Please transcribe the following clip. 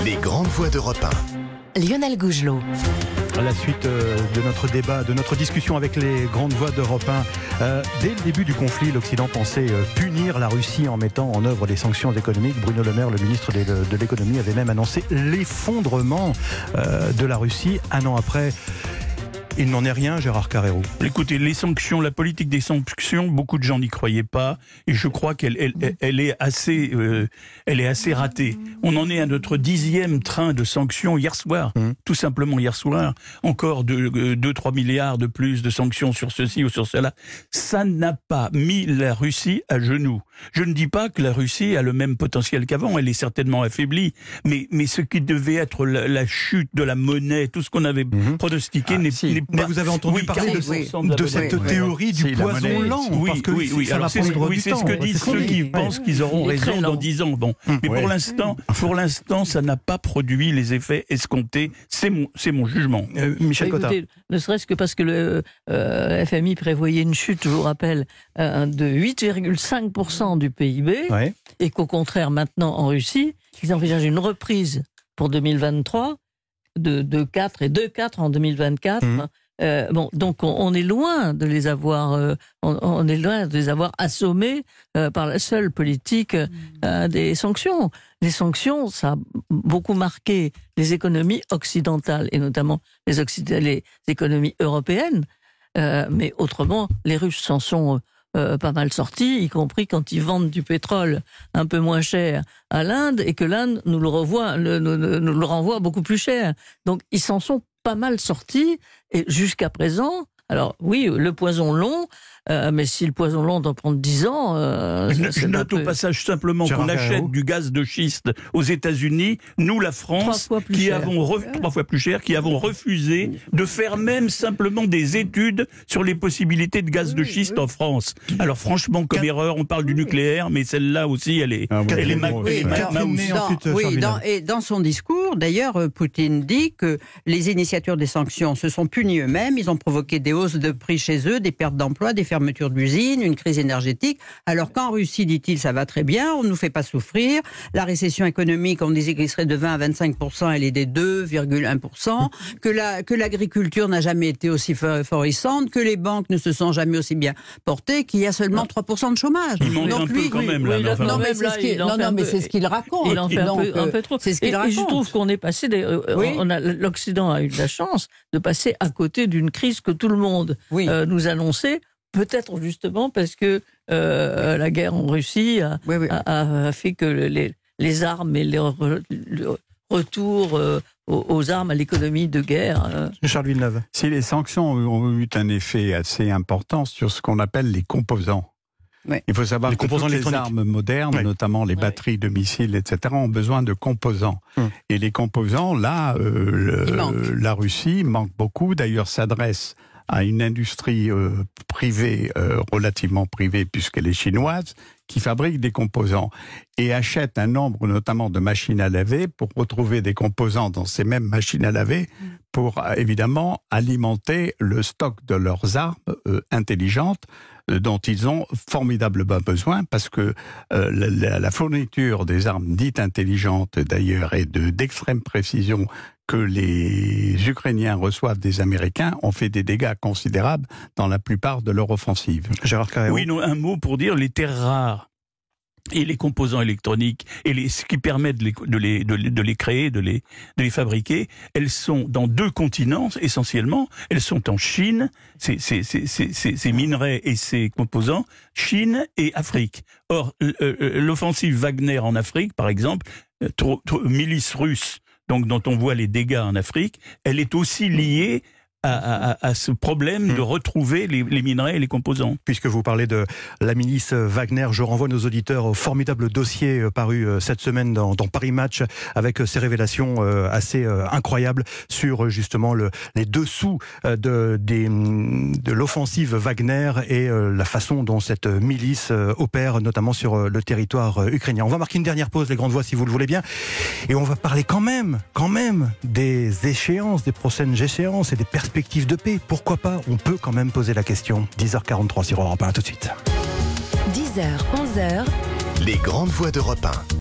Les grandes voix d'Europe 1. Lionel Gougelot. À la suite de notre débat, de notre discussion avec les grandes voix d'Europe 1, dès le début du conflit, l'Occident pensait punir la Russie en mettant en œuvre des sanctions économiques. Bruno Le Maire, le ministre de l'économie, avait même annoncé l'effondrement de la Russie. Un an après, il n'en est rien, Gérard Carrérou. Écoutez, les sanctions, la politique des sanctions, beaucoup de gens n'y croyaient pas, et je crois qu'elle est assez ratée. On en est à notre 10e train de sanctions hier soir, tout simplement hier soir. Encore 2-3 milliards de plus de sanctions sur ceci ou sur cela. Ça n'a pas mis la Russie à genoux. Je ne dis pas que la Russie a le même potentiel qu'avant, elle est certainement affaiblie, mais ce qui devait être la chute de la monnaie, tout ce qu'on avait pronostiqué n'est pas... Mais vous avez entendu parler de cette théorie du poison lent, parce que ça va prendre du temps. C'est ce que disent ceux qui pensent qu'ils auront raison dans 10 ans. Bon. Mais pour l'instant, ça n'a pas produit les effets escomptés. C'est mon jugement. Michel Cotta. Ne serait-ce que parce que le FMI prévoyait une chute, je vous rappelle, de 8,5% du PIB, et qu'au contraire, maintenant, en Russie, ils envisagent une reprise pour 2023 de 4 et 2,4 en 2024. Donc on est loin de les avoir, assommés par la seule politique des sanctions. Les sanctions, ça a beaucoup marqué les économies occidentales et notamment les économies européennes. Mais autrement, les Russes s'en sont pas mal sortis, y compris quand ils vendent du pétrole un peu moins cher à l'Inde et que l'Inde nous le renvoie beaucoup plus cher. Donc ils s'en sont pas mal sortis et jusqu'à présent, alors oui, le poison long, mais si le poison long doit prendre 10 ans... je note au passage simplement qu'on achète du gaz de schiste aux États-Unis, nous la France, 3 fois plus cher, qui avons refusé de faire même simplement des études sur les possibilités de gaz de schiste en France. Alors franchement, comme erreur, on parle du nucléaire, mais celle-là aussi, elle est et dans son discours, d'ailleurs, Poutine dit que les initiateurs des sanctions se sont punis eux-mêmes, ils ont provoqué des hausses de prix chez eux, des pertes d'emplois, des fermetures d'usines, une crise énergétique, alors qu'en Russie, dit-il, ça va très bien, on ne nous fait pas souffrir, la récession économique, on disait qu'elle serait de 20 à 25%, elle est des 2,1%, que l'agriculture n'a jamais été aussi florissante, que les banques ne se sont jamais aussi bien portées, qu'il y a seulement 3% de chômage. Il manque un peu quand même, là. Mais c'est ce qu'il raconte. Il en fait un peu trop. C'est ce qu'il raconte. Et je trouve qu'on est passé, l'Occident a eu de la chance de passer à côté d'une crise que tout le monde nous annonçait. Peut-être justement parce que la guerre en Russie a fait que les armes et le retour aux armes, à l'économie de guerre... Charles Villeneuve. Si les sanctions ont eu un effet assez important sur ce qu'on appelle les composants, il faut savoir que toutes les armes modernes, notamment les batteries de missiles, etc., ont besoin de composants. Et les composants, là, la Russie manque beaucoup, d'ailleurs s'adresse à une industrie privée, relativement privée, puisqu'elle est chinoise, qui fabrique des composants et achète un nombre notamment de machines à laver pour retrouver des composants dans ces mêmes machines à laver pour évidemment alimenter le stock de leurs armes intelligentes dont ils ont formidablement besoin parce que la fourniture des armes dites intelligentes d'ailleurs et d'extrême précision que les Ukrainiens reçoivent des Américains ont fait des dégâts considérables dans la plupart de leur offensive. Gérard Carrérou. Oui, un mot pour dire les terres rares et les composants électroniques et ce qui permet de les créer, de les fabriquer, elles sont dans 2 continents essentiellement. Elles sont en Chine, ces minerais et ces composants, Chine et Afrique. Or, l'offensive Wagner en Afrique, par exemple, milice russe, donc dont on voit les dégâts en Afrique, elle est aussi liée à ce problème de retrouver les minerais et les composants. Puisque vous parlez de la milice Wagner, je renvoie nos auditeurs au formidable dossier paru cette semaine dans Paris Match avec ces révélations assez incroyables sur justement les dessous de l'offensive Wagner et la façon dont cette milice opère notamment sur le territoire ukrainien. On va marquer une dernière pause, les grandes voix, si vous le voulez bien, et on va parler quand même des échéances, des prochaines échéances et des perspectives de paix. Pourquoi pas? On peut quand même poser la question. 10h43 sur Europe 1, tout de suite. 10h, 11h. Les grandes voix d'Europe 1.